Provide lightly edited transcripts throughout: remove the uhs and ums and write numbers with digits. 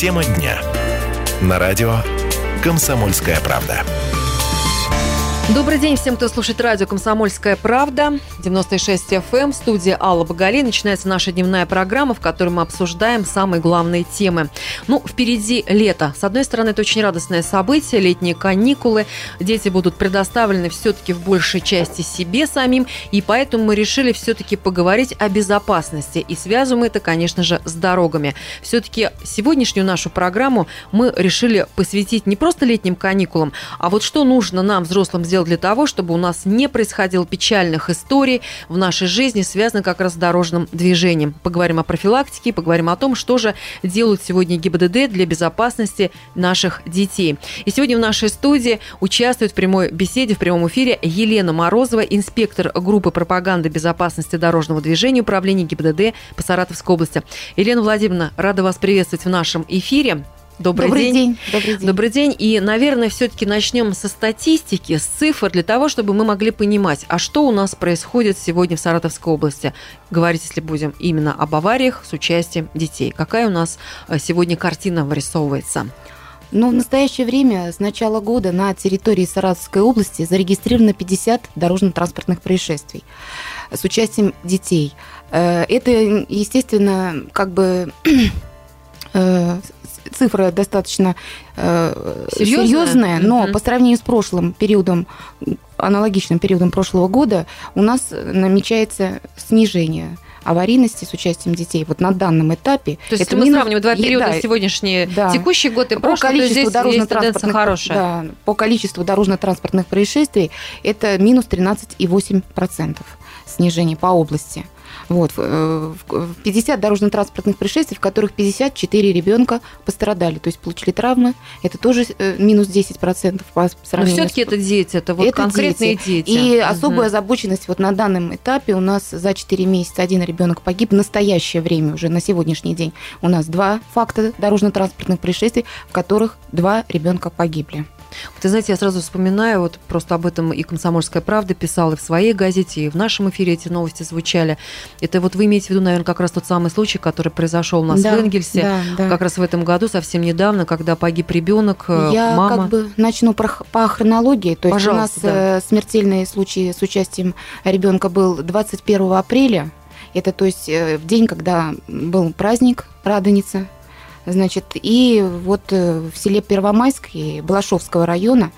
Тема дня. На радио «Комсомольская правда». Добрый день всем, кто слушает радио «Комсомольская правда». 96 FM, студия Алла Багалей. Начинается наша дневная программа, в которой мы обсуждаем самые главные темы. Впереди лето. С одной стороны, это очень радостное событие, летние каникулы. Дети будут предоставлены все-таки в большей части себе самим, и поэтому мы решили все-таки поговорить о безопасности. И связываем мы это, конечно же, с дорогами. Все-таки сегодняшнюю нашу программу мы решили посвятить не просто летним каникулам, а вот что нужно нам, взрослым, сделать для того, чтобы у нас не происходило печальных историй в нашей жизни, связанных как раз с дорожным движением. Поговорим о профилактике, поговорим о том, что же делают сегодня ГИБДД для безопасности наших детей. И сегодня в нашей студии участвует в прямой беседе, в прямом эфире Елена Морозова, инспектор группы пропаганды безопасности дорожного движения Управления ГИБДД по Саратовской области. Елена Владимировна, рада вас приветствовать в нашем эфире. Добрый день. Добрый день. И, наверное, все-таки начнем со статистики, с цифр, для того, чтобы мы могли понимать, а что у нас происходит сегодня в Саратовской области. Говорить, если будем именно об авариях с участием детей. Какая у нас сегодня картина вырисовывается? В настоящее время с начала года на территории Саратовской области зарегистрировано 50 дорожно-транспортных происшествий с участием детей. Это, естественно, цифра достаточно серьезная, но по сравнению с прошлым периодом, аналогичным периодом прошлого года, у нас намечается снижение аварийности с участием детей. Вот на данном этапе. То есть, если мы сравниваем два периода, сегодняшний, текущий год и прошлый, то здесь есть тенденция хорошая. Да, по количеству дорожно-транспортных происшествий это минус 13,8% снижение по области. 50 дорожно-транспортных происшествий, в которых 54 ребенка пострадали, то есть получили травмы. Это тоже минус 10% по сравнению. Но все-таки это дети, это конкретные дети. И особая озабоченность на данном этапе у нас за 4 месяца один ребенок погиб. В настоящее время уже на сегодняшний день у нас 2 факта дорожно-транспортных происшествий, в которых 2 ребенка погибли. Вы знаете, я сразу вспоминаю, просто об этом и «Комсомольская правда» писала и в своей газете, и в нашем эфире эти новости звучали. Это вы имеете в виду, наверное, как раз тот самый случай, который произошел у нас в Энгельсе, как раз в этом году, совсем недавно, когда погиб ребенок, мама. Я начну по хронологии. То есть у нас смертельный случай с участием ребенка был 21 апреля. Это, то есть, в день, когда был праздник Радоница. И в селе Первомайске Балашовского района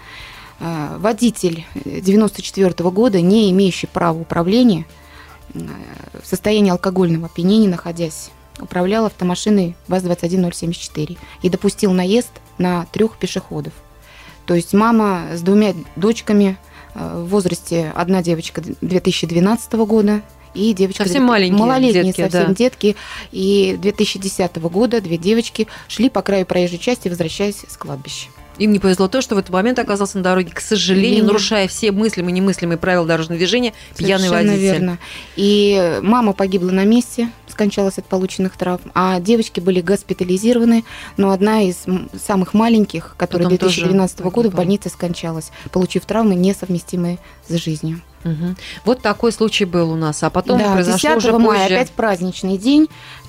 водитель 94 года, не имеющий права управления, в состоянии алкогольного опьянения находясь, управлял автомашиной ВАЗ-21074 и допустил наезд на 3 пешеходов. То есть мама с 2 дочками в возрасте, одна девочка 2012 года, и девочка совсем малолетние детки. И 2010 года 2 девочки шли по краю проезжей части, возвращаясь с кладбища. Им не повезло то, что в этот момент оказался на дороге, к сожалению, нарушая все мыслимые и немыслимые правила дорожного движения, пьяный водитель. Совершенно верно. И мама погибла на месте, скончалась от полученных травм, а девочки были госпитализированы, но одна из самых маленьких, которая 2012 года в больнице скончалась, получив травмы, несовместимые с жизнью. Угу. Вот такой случай был у нас, а потом произошло 10 уже мая, позже. опять праздничный день,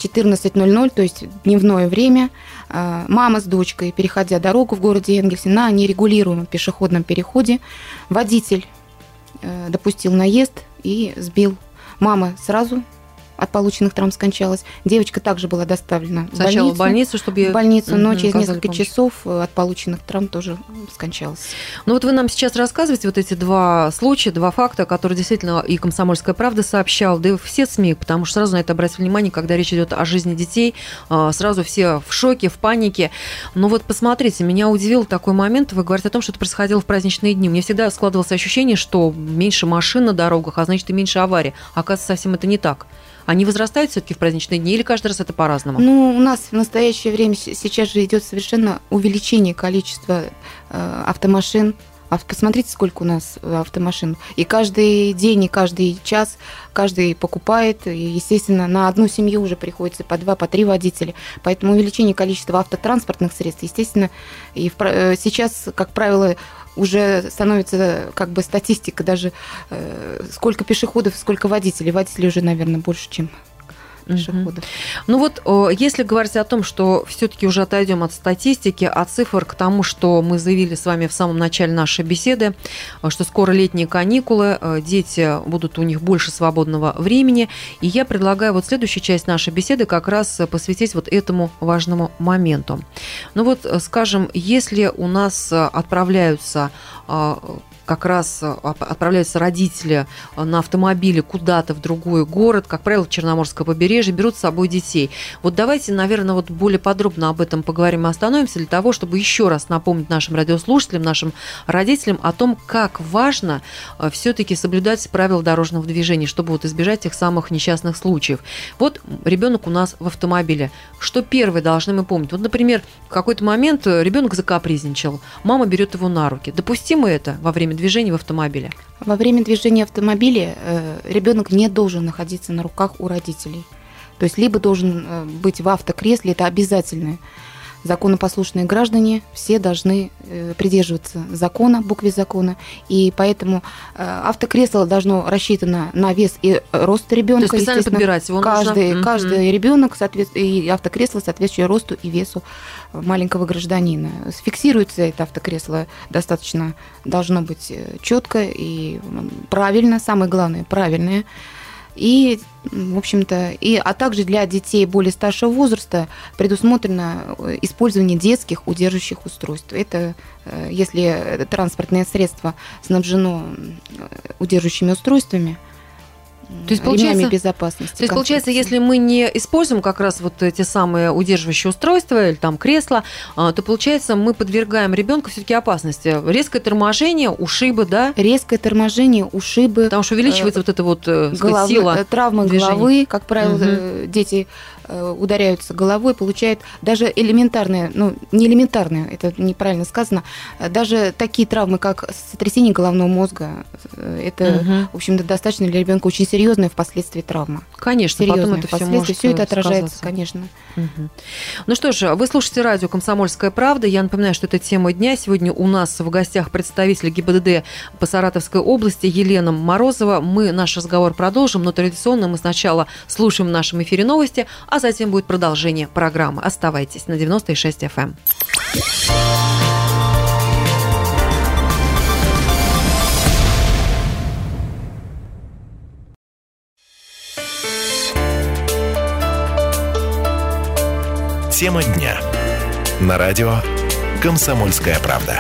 14:00, то есть дневное время. Мама с дочкой, переходя дорогу в городе Энгельсе на нерегулируемом пешеходном переходе, водитель допустил наезд и сбил. Мама сразу от полученных травм скончалась. Девочка также была доставлена сначала в больницу, чтобы но через несколько часов от полученных травм тоже скончалась. Вы нам сейчас рассказываете эти 2 случая, 2 факта, которые действительно и «Комсомольская правда» сообщала, да и все СМИ, потому что сразу на это обратили внимание, когда речь идет о жизни детей, сразу все в шоке, в панике. Но посмотрите, меня удивил такой момент, вы говорите о том, что это происходило в праздничные дни. Мне всегда складывалось ощущение, что меньше машин на дорогах, а значит и меньше аварий. Оказывается, совсем это не так. Они возрастают все-таки в праздничные дни или каждый раз это по-разному? У нас в настоящее время сейчас же идет совершенно увеличение количества автомашин. Посмотрите, сколько у нас автомашин. И каждый день, и каждый час каждый покупает. И, естественно, на одну семью уже приходится по 2, по 3 водителя. Поэтому увеличение количества автотранспортных средств, естественно, и сейчас, как правило, уже становится статистика даже, сколько пешеходов, сколько водителей. Водителей уже, наверное, больше, чем пешеходов. Ну вот, если говорить о том, что все-таки уже отойдем от статистики, от цифр к тому, что мы заявили с вами в самом начале нашей беседы, что скоро летние каникулы, дети будут, у них больше свободного времени, и я предлагаю вот следующую часть нашей беседы как раз посвятить вот этому важному моменту. Ну вот, скажем, если у нас отправляются родители на автомобиле куда-то в другой город, как правило, Черноморское побережье, берут с собой детей. Вот давайте, наверное, вот более подробно об этом поговорим и остановимся для того, чтобы еще раз напомнить нашим радиослушателям, нашим родителям о том, как важно все-таки соблюдать правила дорожного движения, чтобы вот избежать тех самых несчастных случаев. Вот ребенок у нас в автомобиле. Что первое должны мы помнить? Вот, например, в какой-то момент ребенок закапризничал, мама берет его на руки. Допустимо это во время движения в автомобиле? Во время движения в автомобиле ребенок не должен находиться на руках у родителей. То есть либо должен быть в автокресле, это обязательно. Законопослушные граждане все должны придерживаться закона, букве закона, и поэтому автокресло должно рассчитано на вес и рост ребенка. То есть специально подбирать его нужно. Каждый ребенок и автокресло соответствующее росту и весу маленького гражданина. Фиксируется это автокресло достаточно, должно быть четко и правильно, самое главное, правильное. И, в общем-то, а также для детей более старшего возраста предусмотрено использование детских удерживающих устройств. Это если транспортное средство снабжено удерживающими устройствами, то есть, получается, безопасности. То есть, получается, если мы не используем как раз вот эти самые удерживающие устройства или там кресла, то, получается, мы подвергаем ребенка все-таки опасности. Резкое торможение, ушибы, да? Резкое торможение, ушибы. Потому что увеличивается вот эта вот сила травмы движения. Головы, как правило, дети ударяются головой, получают даже элементарные, не элементарные, это неправильно сказано, даже такие травмы, как сотрясение головного мозга, это, в общем-то, достаточно для ребенка очень серьезная впоследствии травма. Конечно, потом это все может все это отражается, конечно. Ну что ж, вы слушаете радио «Комсомольская правда». Я напоминаю, что это тема дня. Сегодня у нас в гостях представитель ГИБДД по Саратовской области Елена Морозова. Мы наш разговор продолжим, но традиционно мы сначала слушаем в нашем эфире новости, а затем будет продолжение программы. Оставайтесь на 96 FM. Тема дня. На радио «Комсомольская правда».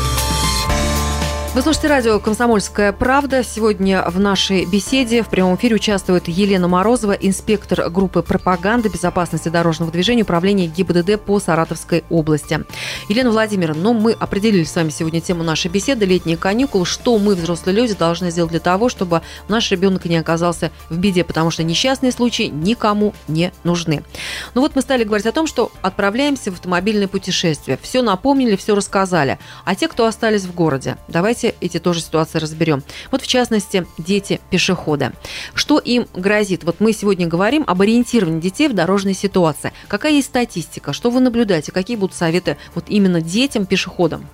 Вы слушаете радио «Комсомольская правда». Сегодня в нашей беседе в прямом эфире участвует Елена Морозова, инспектор группы пропаганды безопасности дорожного движения управления ГИБДД по Саратовской области. Елена Владимировна, мы определили с вами сегодня тему нашей беседы «Летние каникулы». Что мы, взрослые люди, должны сделать для того, чтобы наш ребенок не оказался в беде, потому что несчастные случаи никому не нужны. Ну вот мы стали говорить о том, что отправляемся в автомобильное путешествие. Все напомнили, все рассказали. А те, кто остались в городе, давайте эти тоже ситуации разберем. Вот в частности, дети-пешеходы. Что им грозит? Вот мы сегодня говорим об ориентировании детей в дорожной ситуации. Какая есть статистика? Что вы наблюдаете? Какие будут советы вот именно детям-пешеходам?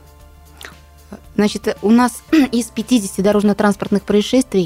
Значит, у нас из 50 дорожно-транспортных происшествий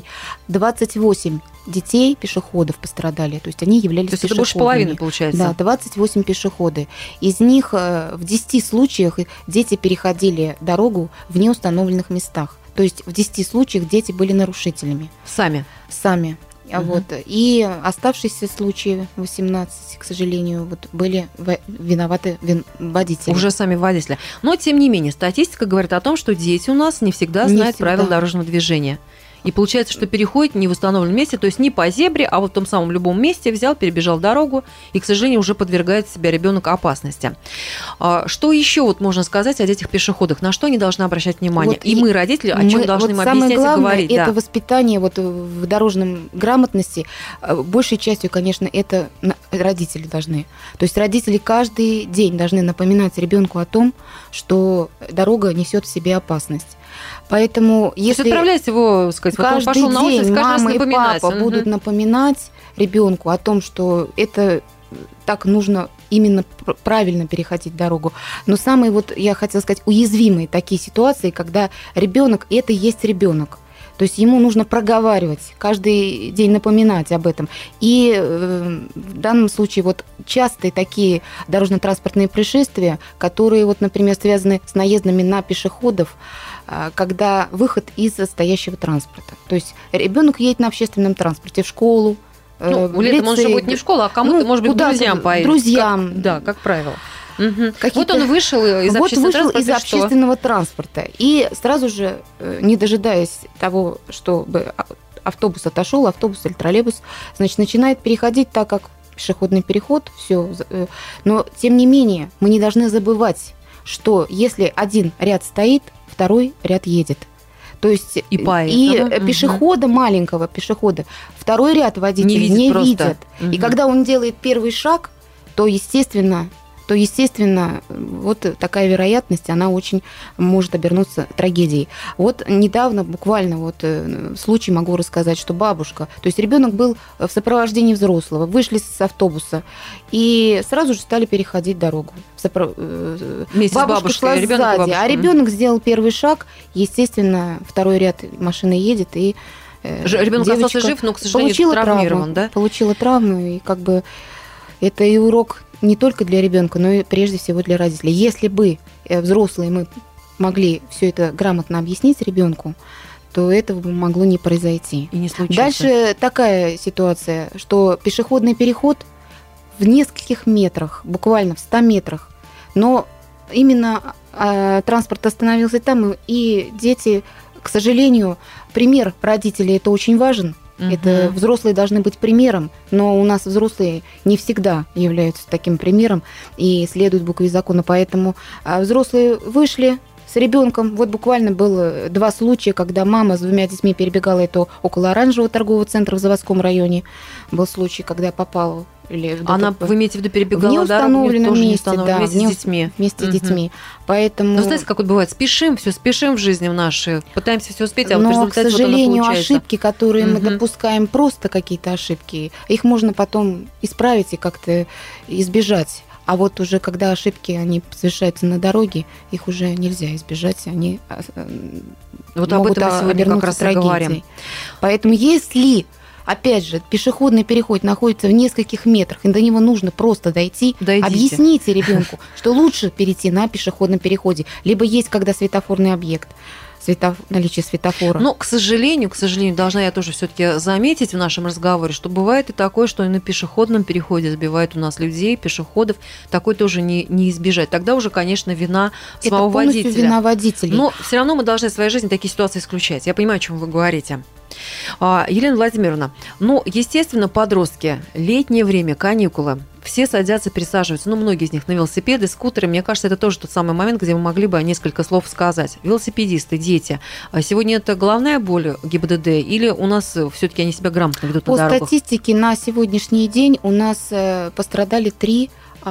28 детей, пешеходов пострадали. То есть они являлись пешеходами. Это больше половины, получается. Да, 28 пешеходы. Из них в 10 случаях дети переходили дорогу в неустановленных местах. То есть в 10 случаях дети были нарушителями. Сами. Вот. И оставшиеся случаи, 18, к сожалению, вот, были виноваты водители. Уже сами водители. Но, тем не менее, статистика говорит о том, что дети у нас не всегда знают правила дорожного движения. И получается, что переходит не в установленном месте, то есть не по зебре, а вот в том самом любом месте взял, перебежал дорогу, и, к сожалению, уже подвергает себя ребенок опасности. Что еще вот можно сказать о детях-пешеходах? На что они должны обращать внимание? Вот и мы, родители, о чем должны им объяснять и говорить? Это воспитание вот в дорожном грамотности. Большей частью, конечно, это родители должны. То есть родители каждый день должны напоминать ребенку о том, что дорога несет в себе опасность. Поэтому, если отправлять его, сказать, вот он пошел на улицу, мама и папа будут напоминать ребенку о том, что это так нужно именно правильно переходить дорогу. Но самые, вот я хотела сказать, уязвимые такие ситуации, когда ребенок это и есть ребенок. То есть ему нужно проговаривать, каждый день напоминать об этом. И в данном случае вот частые такие дорожно-транспортные происшествия, которые, вот, например, связаны с наездами на пешеходов, когда выход из стоящего транспорта. То есть ребенок едет на общественном транспорте в школу, летом он же будет не в школу, а кому-то, может быть, к друзьям поедет. Друзьям. Как правило. Вот он вышел из общественного транспорта. И сразу же, не дожидаясь того, чтобы автобус отошел, автобус или троллейбус, значит, начинает переходить, так как пешеходный переход, все. Но, тем не менее, мы не должны забывать, что если один ряд стоит, второй ряд едет. То есть и пешехода, маленького пешехода, второй ряд водителей не видят. И когда он делает первый шаг, то, естественно, вот такая вероятность, она очень может обернуться трагедией. Вот недавно, буквально вот случай могу рассказать, что бабушка, то есть ребенок был в сопровождении взрослого, вышли с автобуса и сразу же стали переходить дорогу. Бабушка шла сзади, а ребенок сделал первый шаг, естественно, второй ряд машины едет, и ребенок остался жив, но, к сожалению, травмирован, да? Получила травму, и как бы это и урок не только для ребенка, но и прежде всего для родителей. Если бы взрослые мы могли все это грамотно объяснить ребенку, то этого бы могло не произойти. И не случиться. Дальше такая ситуация, что пешеходный переход в нескольких метрах, буквально в 100 метрах, но именно транспорт остановился там, и дети, к сожалению, пример родителей это очень важен. Это взрослые должны быть примером, но у нас взрослые не всегда являются таким примером и следуют букве закона. Поэтому взрослые вышли с ребенком. Вот буквально было 2 случая, когда мама с 2 детьми перебегала это около оранжевого торгового центра в Заводском районе. Был случай, когда попала. Вы имеете в виду, перебегала в неустановленном месте, вместе с детьми. Вместе с детьми. Поэтому... Ну, знаете, как вот бывает, спешим в жизни в нашей, пытаемся все успеть, а но, в результате к сожалению, вот ошибки, которые мы допускаем, просто какие-то ошибки, их можно потом исправить и как-то избежать. А вот уже когда ошибки, они совершаются на дороге, их уже нельзя избежать, они вот об этом мы сегодня как раз и говорим. Поэтому если... Опять же, пешеходный переход находится в нескольких метрах, и до него нужно просто дойти. Дойдите. Объясните ребенку, что лучше перейти на пешеходном переходе. Либо есть, когда светофорный объект, наличие светофора. Но, к сожалению, должна я тоже все-таки заметить в нашем разговоре, что бывает и такое, что и на пешеходном переходе сбивают у нас людей, пешеходов. Такое тоже не избежать. Тогда уже, конечно, вина самого водителя. Это полностью вина водителей. Но все равно мы должны в своей жизни такие ситуации исключать. Я понимаю, о чем вы говорите. Елена Владимировна, естественно, подростки, летнее время, каникулы, все садятся, пересаживаются, многие из них на велосипеды, скутеры. Мне кажется, это тоже тот самый момент, где мы могли бы несколько слов сказать. Велосипедисты, дети. Сегодня это головная боль ГИБДД или у нас все-таки они себя грамотно ведут на дорогах? По статистике на сегодняшний день у нас пострадали 3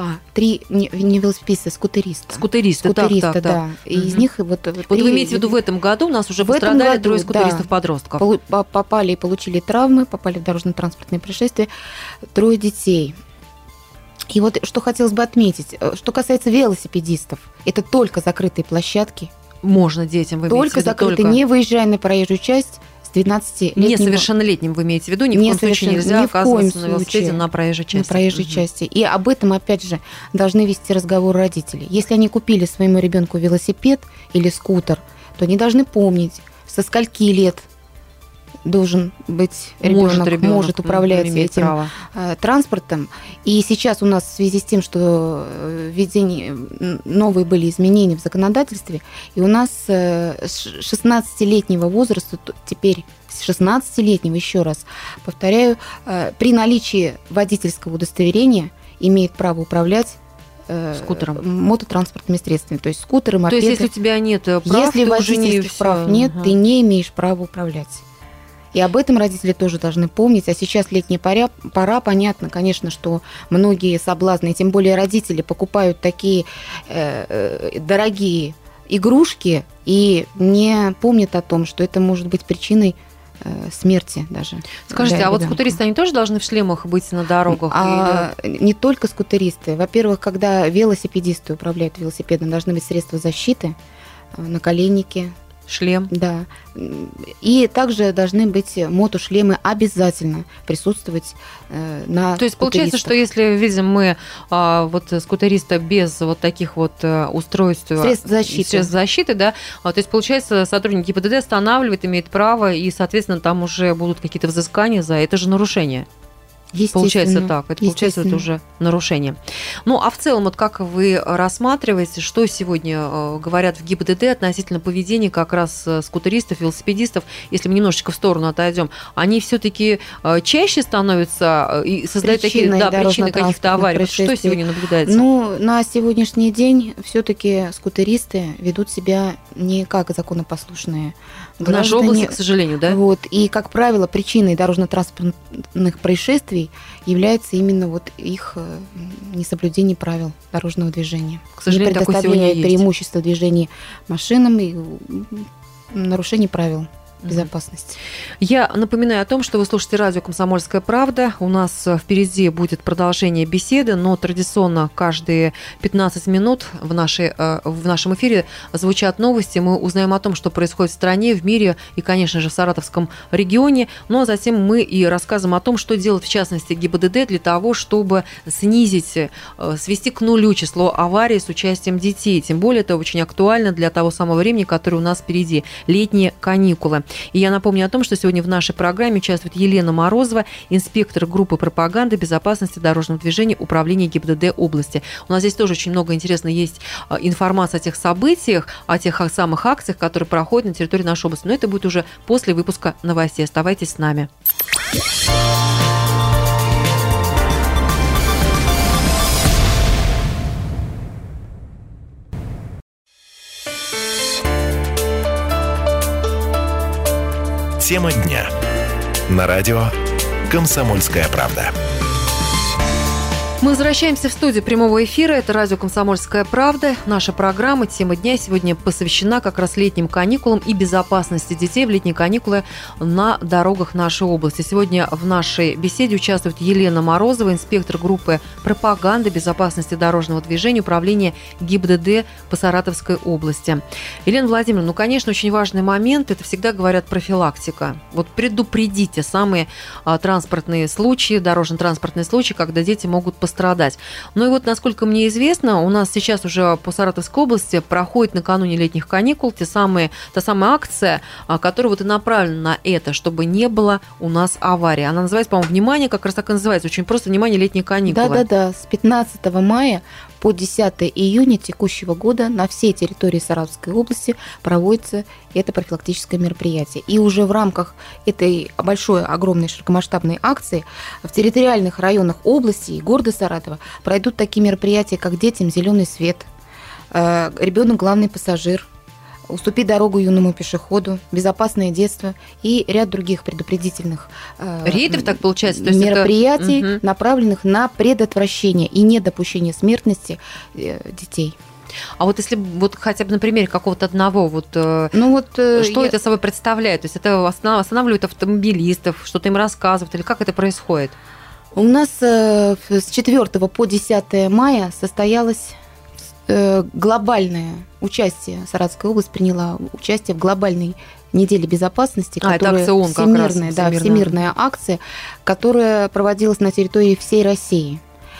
не велосипедисты, скутеристы. Скутеристы, да. И из них вот вы имеете в виду, в этом году у нас уже пострадали 3 скутеристов-подростков. Попали и получили травмы, попали в дорожно-транспортные происшествия 3 детей. И вот что хотелось бы отметить, что касается велосипедистов, это только закрытые площадки. Можно детям, вы имеете в виду? Только закрытые, не выезжая на проезжую часть, 12-летнего... Несовершеннолетним вы имеете в виду? Ни в коем случае нельзя оказываться на велосипеде на проезжей части. На проезжей части. И об этом, опять же, должны вести разговор родители. Если они купили своему ребенку велосипед или скутер, то они должны помнить, со скольки лет должен быть ребенок может управлять этим транспортом. И сейчас у нас в связи с тем, что новые были изменения в законодательстве, и у нас с 16-летнего возраста, теперь с 16-летнего, еще раз повторяю, при наличии водительского удостоверения имеет право управлять скутером, мототранспортными средствами, то есть скутеры, мопеды. То есть, если у тебя нет прав, если водительских прав нет, ты не имеешь права управлять. И об этом родители тоже должны помнить. А сейчас летняя пора, понятно, конечно, что многие соблазны, тем более родители, покупают такие дорогие игрушки и не помнят о том, что это может быть причиной смерти даже. Скажите, а вот скутеристы, они тоже должны в шлемах быть на дорогах? Не только скутеристы. Во-первых, когда велосипедисты управляют велосипедом, должны быть средства защиты, наколенники, шлем. Да. И также должны быть мотошлемы обязательно присутствовать на То есть получается, что если видим мы вот скутериста без вот таких вот устройств, средств защиты, да, то есть получается, сотрудник ГИБДД останавливает, имеет право, и, соответственно, там уже будут какие-то взыскания за это же нарушение. Получается так, это получается это уже нарушение. Ну, а в целом, вот как вы рассматриваете, что сегодня говорят в ГИБДД относительно поведения как раз скутеристов, велосипедистов, если мы немножечко в сторону отойдем, они все-таки чаще становятся и создают причины каких-то аварий? Что сегодня наблюдается? Ну, на сегодняшний день все-таки скутеристы ведут себя не как законопослушные в нашей области, к сожалению, да? Вот, и, как правило, причиной дорожно-транспортных происшествий является именно вот их несоблюдение правил дорожного движения. К сожалению, такое сегодня есть. Преимущества движения машинам и нарушение правил безопасности. Я напоминаю о том, что вы слушаете радио «Комсомольская правда». У нас впереди будет продолжение беседы, но традиционно каждые 15 минут в нашем эфире звучат новости. Мы узнаем о том, что происходит в стране, в мире и, конечно же, в Саратовском регионе. Ну а затем мы и рассказываем о том, что делать в частности ГИБДД для того, чтобы снизить, свести к нулю число аварий с участием детей. Тем более это очень актуально для того самого времени, которое у нас впереди – летние каникулы. И я напомню о том, что сегодня в нашей программе участвует Елена Морозова, инспектор группы пропаганды безопасности дорожного движения Управления ГИБДД области. У нас здесь тоже очень много интересной есть информации о тех событиях, о тех самых акциях, которые проходят на территории нашей области. Но это будет уже после выпуска новостей. Оставайтесь с нами. Тема дня. На радио «Комсомольская правда». Мы возвращаемся в студию прямого эфира. Это радио «Комсомольская правда». Наша программа «Тема дня» сегодня посвящена как раз летним каникулам и безопасности детей в летние каникулы на дорогах нашей области. Сегодня в нашей беседе участвует Елена Морозова, инспектор группы пропаганды безопасности дорожного движения Управления ГИБДД по Саратовской области. Елена Владимировна, конечно, очень важный момент. Это всегда говорят профилактика. Вот предупредите самые транспортные случаи, дорожно-транспортные случаи, когда дети могут пострадать. Ну и вот, насколько мне известно, у нас сейчас уже по Саратовской области проходит накануне летних каникул та самая акция, которая вот и направлена на это, чтобы не было у нас аварии. Она называется, по-моему, «Внимание», как раз так и называется, очень просто «Внимание, летние каникулы». Да-да-да, с 15 мая по 10 июня текущего года на всей территории Саратовской области проводится это профилактическое мероприятие. И уже в рамках этой большой, огромной, широкомасштабной акции в территориальных районах области и города Саратова пройдут такие мероприятия, как «Детям зеленый свет», «Ребенок главный пассажир», «Уступи дорогу юному пешеходу», «Безопасное детство» и ряд других предупредительных рейдов, так получается, то есть мероприятий, направленных на предотвращение и недопущение смертности детей. А вот если вот хотя бы на примере какого-то одного, что это собой представляет? То есть это останавливает автомобилистов, что-то им рассказывают, или как это происходит? У нас с 4 по 10 мая состоялось глобальное участие. Саратовская область приняла участие в глобальной неделе безопасности, которая всемирная акция, которая проводилась на территории всей России.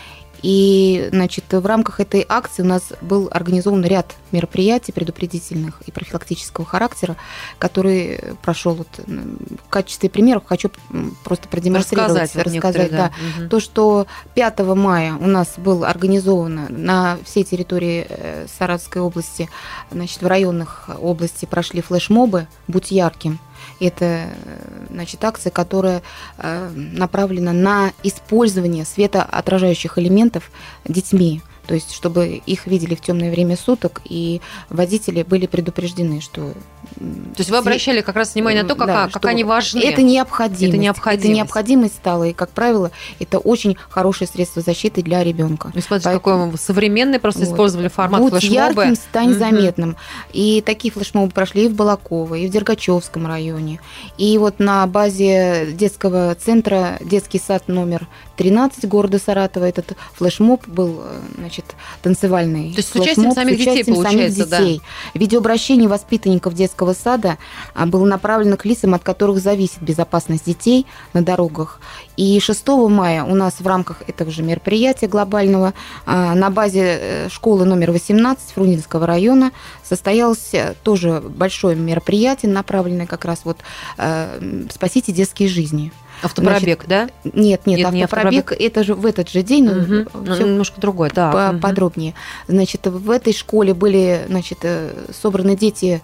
И, в рамках этой акции у нас был организован ряд мероприятий предупредительных и профилактического характера, который прошел. В качестве примеров хочу просто продемонстрировать, рассказать. Да. Угу. То, что 5 мая у нас был организовано на всей территории Саратовской области, в районах области прошли флешмобы «Будь ярким». Это, акция, которая направлена на использование светоотражающих элементов детьми. То есть, чтобы их видели в темное время суток, и водители были предупреждены, что... То есть вы обращали как раз внимание на то, как они важны. Это необходимость. Это необходимость стала, и, как правило, это очень хорошее средство защиты для ребенка. Смотрите, какой современный просто использовали формат Будь флешмоба. Ярким, стань заметным. И такие флешмобы прошли и в Балаково, и в Дергачевском районе. И вот на базе детского центра «Детский сад номер 13 города Саратова» этот флешмоб был, танцевальный. То есть с участием самих детей, получается, да? Видеообращение воспитанников детского детского сада было направлено к лицам, от которых зависит безопасность детей на дорогах. И 6 мая у нас в рамках этого же мероприятия глобального на базе школы номер 18 Фрунзенского района состоялось тоже большое мероприятие, направленное как раз вот «Спасите детские жизни». Автопробег, да? Нет, автопробег, это же в этот же день, немножко другой, да. Подробнее. Значит, в этой школе были, значит, собраны дети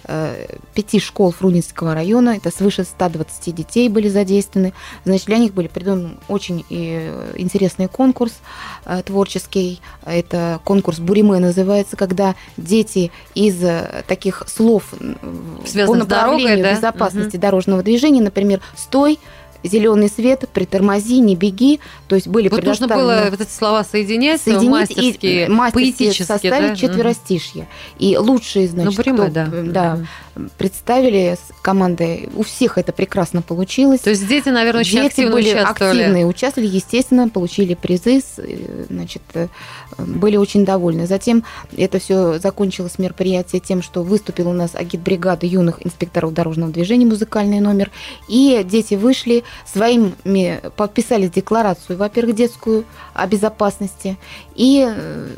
5 школ Фрунзенского района, это свыше 120 детей были задействованы. Значит, для них были придуман очень интересный конкурс творческий. Это конкурс «Буриме» называется, когда дети из таких слов по направлению безопасности дорожного движения, например, «стой», «зеленый свет», «притормози», «не беги», то есть были вот предоставлены... нужно было вот эти слова соединять мастерски, поэтически, составить да? четверостишье. И лучшие, значит, кто представили команды, у всех это прекрасно получилось. То есть дети, наверное, очень активно участвовали, естественно, получили призы, значит, были очень довольны. Затем это все закончилось мероприятие тем, что выступила у нас агитбригада юных инспекторов дорожного движения, музыкальный номер, и дети вышли своими, подписали декларацию, во-первых, детскую о безопасности, и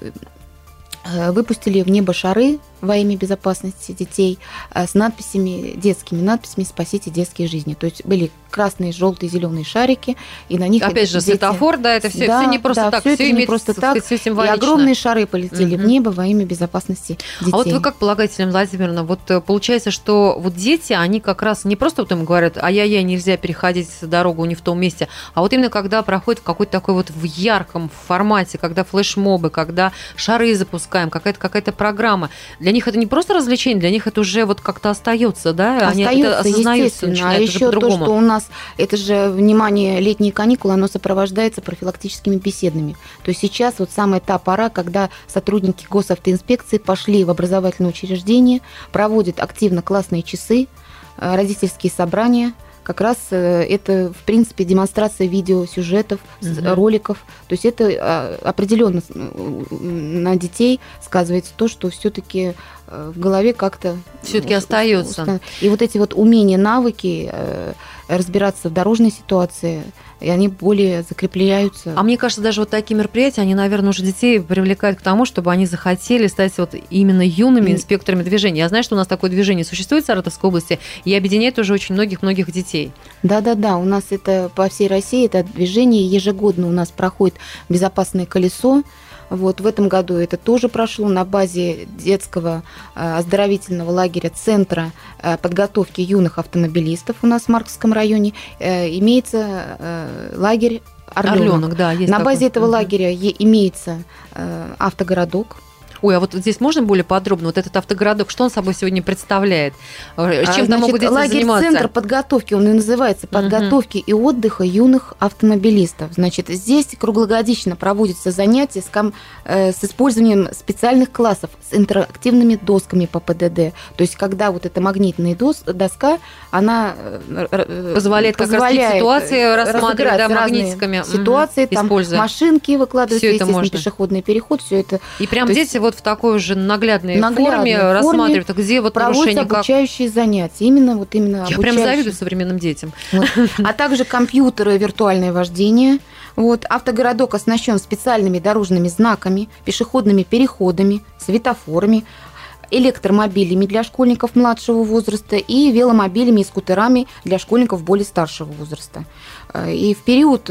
выпустили в небо шары во имя безопасности детей с надписями, детскими надписями «Спасите детские жизни». То есть были красные, желтые, зеленые шарики, и на них опять же дети... светофор, да, это все не просто так, все не просто так, и огромные шары полетели в небо во имя безопасности детей. А вот вы как полагаете, Елена Владимировна, вот получается, что вот дети, они как раз не просто вот им говорят, ай-яй-яй, нельзя переходить дорогу не в том месте, а вот именно когда проходит какой-то такой вот в ярком формате, когда флешмобы, когда шары запускаем, какая-то программа. Для них это не просто развлечение, для них это уже вот как-то остается, да? Они это осознают, начинают уже по-другому. То, что у нас, это же, внимание, летние каникулы, оно сопровождается профилактическими беседами. То есть сейчас вот самая та пора, когда сотрудники госавтоинспекции пошли в образовательные учреждения, проводят активно классные часы, родительские собрания. Как раз это, в принципе, демонстрация видеосюжетов, роликов. То есть это определенно на детей сказывается то, что все-таки в голове как-то все-таки остается. И вот эти вот умения, навыки разбираться в дорожной ситуации, и они более закрепляются. А мне кажется, даже вот такие мероприятия, они, наверное, уже детей привлекают к тому, чтобы они захотели стать вот именно юными инспекторами движения. Я знаю, что у нас такое движение существует в Саратовской области и объединяет уже очень многих детей. Да, у нас это по всей России, это движение ежегодно у нас проходит «Безопасное колесо». Вот, в этом году это тоже прошло на базе детского оздоровительного лагеря Центра подготовки юных автомобилистов у нас в Марковском районе. Имеется лагерь «Орленок». Да, есть на базе этого лагеря имеется автогородок. Ой, а вот здесь можно более подробно? Вот этот автогородок, что он собой сегодня представляет? Чем там могут дети заниматься? Лагерь «Центр подготовки», он и называется «Подготовки и отдыха юных автомобилистов». Значит, здесь круглогодично проводятся занятия с использованием специальных классов, с интерактивными досками по ПДД. То есть, когда вот эта магнитная доска, она позволяет как раз ситуации рассматривать магнитиками. Ситуации, там машинки выкладываются, естественно, пешеходный переход, все это. И прям дети вот в такой же наглядной форме рассматривают, где вот нарушение как... обучающие занятия. Именно Я прям завидую современным детям. Вот. А также компьютеры, виртуальное вождение. Вот. Автогородок оснащен специальными дорожными знаками, пешеходными переходами, светофорами, электромобилями для школьников младшего возраста и веломобилями и скутерами для школьников более старшего возраста. И в период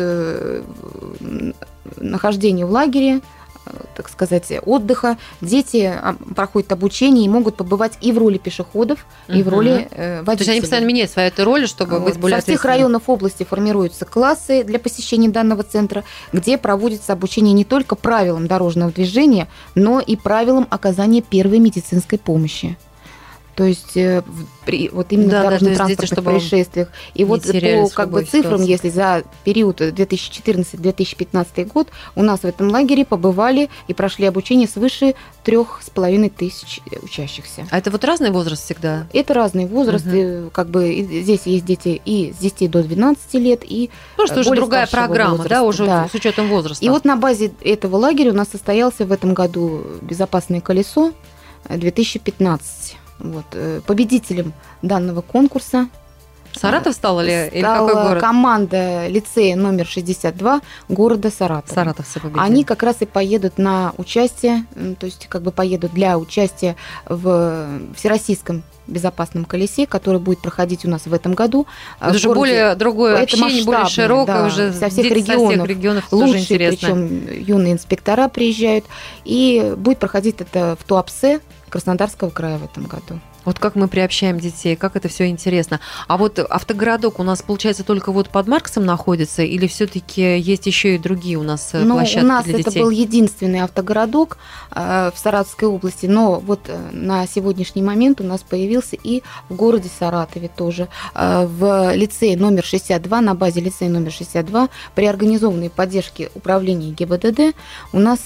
нахождения в лагере, так сказать, отдыха, дети проходят обучение и могут побывать и в роли пешеходов, и в роли водителей. То есть они постоянно меняют свою эту роль, чтобы быть более ответственными. Со всех районов области формируются классы для посещения данного центра, где проводится обучение не только правилам дорожного движения, но и правилам оказания первой медицинской помощи. То есть вот именно в дорожно-транспортных происшествиях. И вот по цифрам, если за период 2014-2015 год у нас в этом лагере побывали и прошли обучение свыше 3500 учащихся. А это вот разный возраст всегда? Это разный возраст. Здесь есть дети и с 10 до 12 лет, и что уже другая программа, возраста, уже с учетом возраста. И вот на базе этого лагеря у нас состоялся в этом году «Безопасное колесо» 2015. Вот. Победителем данного конкурса Саратов стал или какой город? Команда лицея номер 62 города Саратов. Саратовцы победили. Они как раз и поедут на участие, то есть как бы поедут для участия в Всероссийском безопасном колесе, который будет проходить у нас в этом году. Это уже более другое общение, более широкое, да, уже со всех регионов лучшие, причем юные инспектора приезжают. И будет проходить это в Туапсе Краснодарского края в этом году. Вот как мы приобщаем детей, как это все интересно. А вот автогородок у нас, получается, только вот под Марксом находится, или все-таки есть еще и другие у нас площадки у нас для детей? Это был единственный автогородок в Саратовской области, но вот на сегодняшний момент у нас появился и в городе Саратове тоже. В лицее номер 62, на базе лицея номер 62, при организованной поддержке управления ГИБДД у нас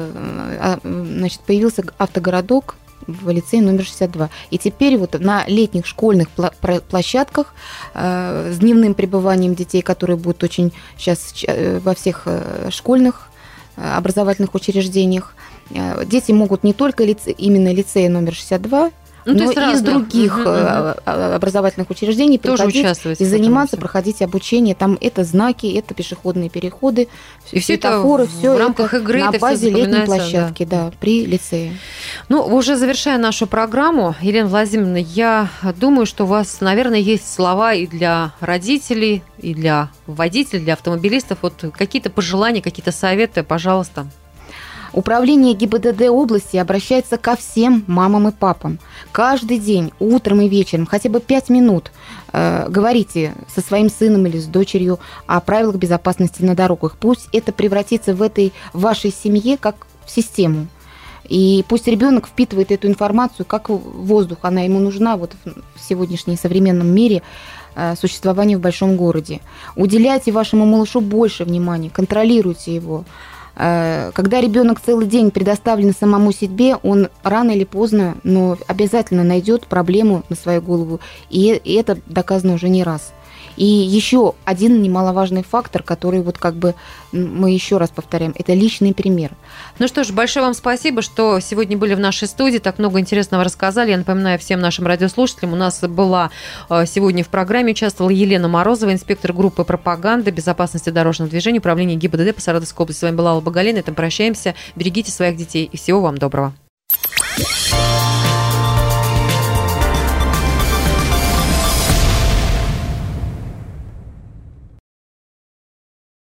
появился автогородок в лицее номер 62. И теперь вот на летних школьных площадках с дневным пребыванием детей, которые будут очень сейчас во всех школьных образовательных учреждениях, дети могут не только именно лицея номер 62, но и из других образовательных учреждений приходить и заниматься, проходить обучение. Там это знаки, это пешеходные переходы, и светофоры, все в рамках игры на базе летней площадки, да, при лицее. Ну, уже завершая нашу программу, Елена Владимировна, я думаю, что у вас, наверное, есть слова и для родителей, и для водителей, для автомобилистов. Вот какие-то пожелания, какие-то советы, пожалуйста. Управление ГИБДД области обращается ко всем мамам и папам. Каждый день, утром и вечером, хотя бы 5 минут говорите со своим сыном или с дочерью о правилах безопасности на дорогах. Пусть это превратится в вашей семье как в систему. И пусть ребенок впитывает эту информацию, как воздух, она ему нужна вот в сегодняшнем современном мире существования в большом городе. Уделяйте вашему малышу больше внимания, контролируйте его. Когда ребенок целый день предоставлен самому себе, он рано или поздно, но обязательно найдет проблему на свою голову. И это доказано уже не раз. И еще один немаловажный фактор, который вот как бы мы еще раз повторяем, это личный пример. Ну что ж, большое вам спасибо, что сегодня были в нашей студии, так много интересного рассказали. Я напоминаю всем нашим радиослушателям, у нас была сегодня в программе, участвовала Елена Морозова, инспектор группы пропаганды безопасности дорожного движения Управления ГИБДД по Саратовской области. С вами была Алла Багалина, на этом прощаемся. Берегите своих детей и всего вам доброго.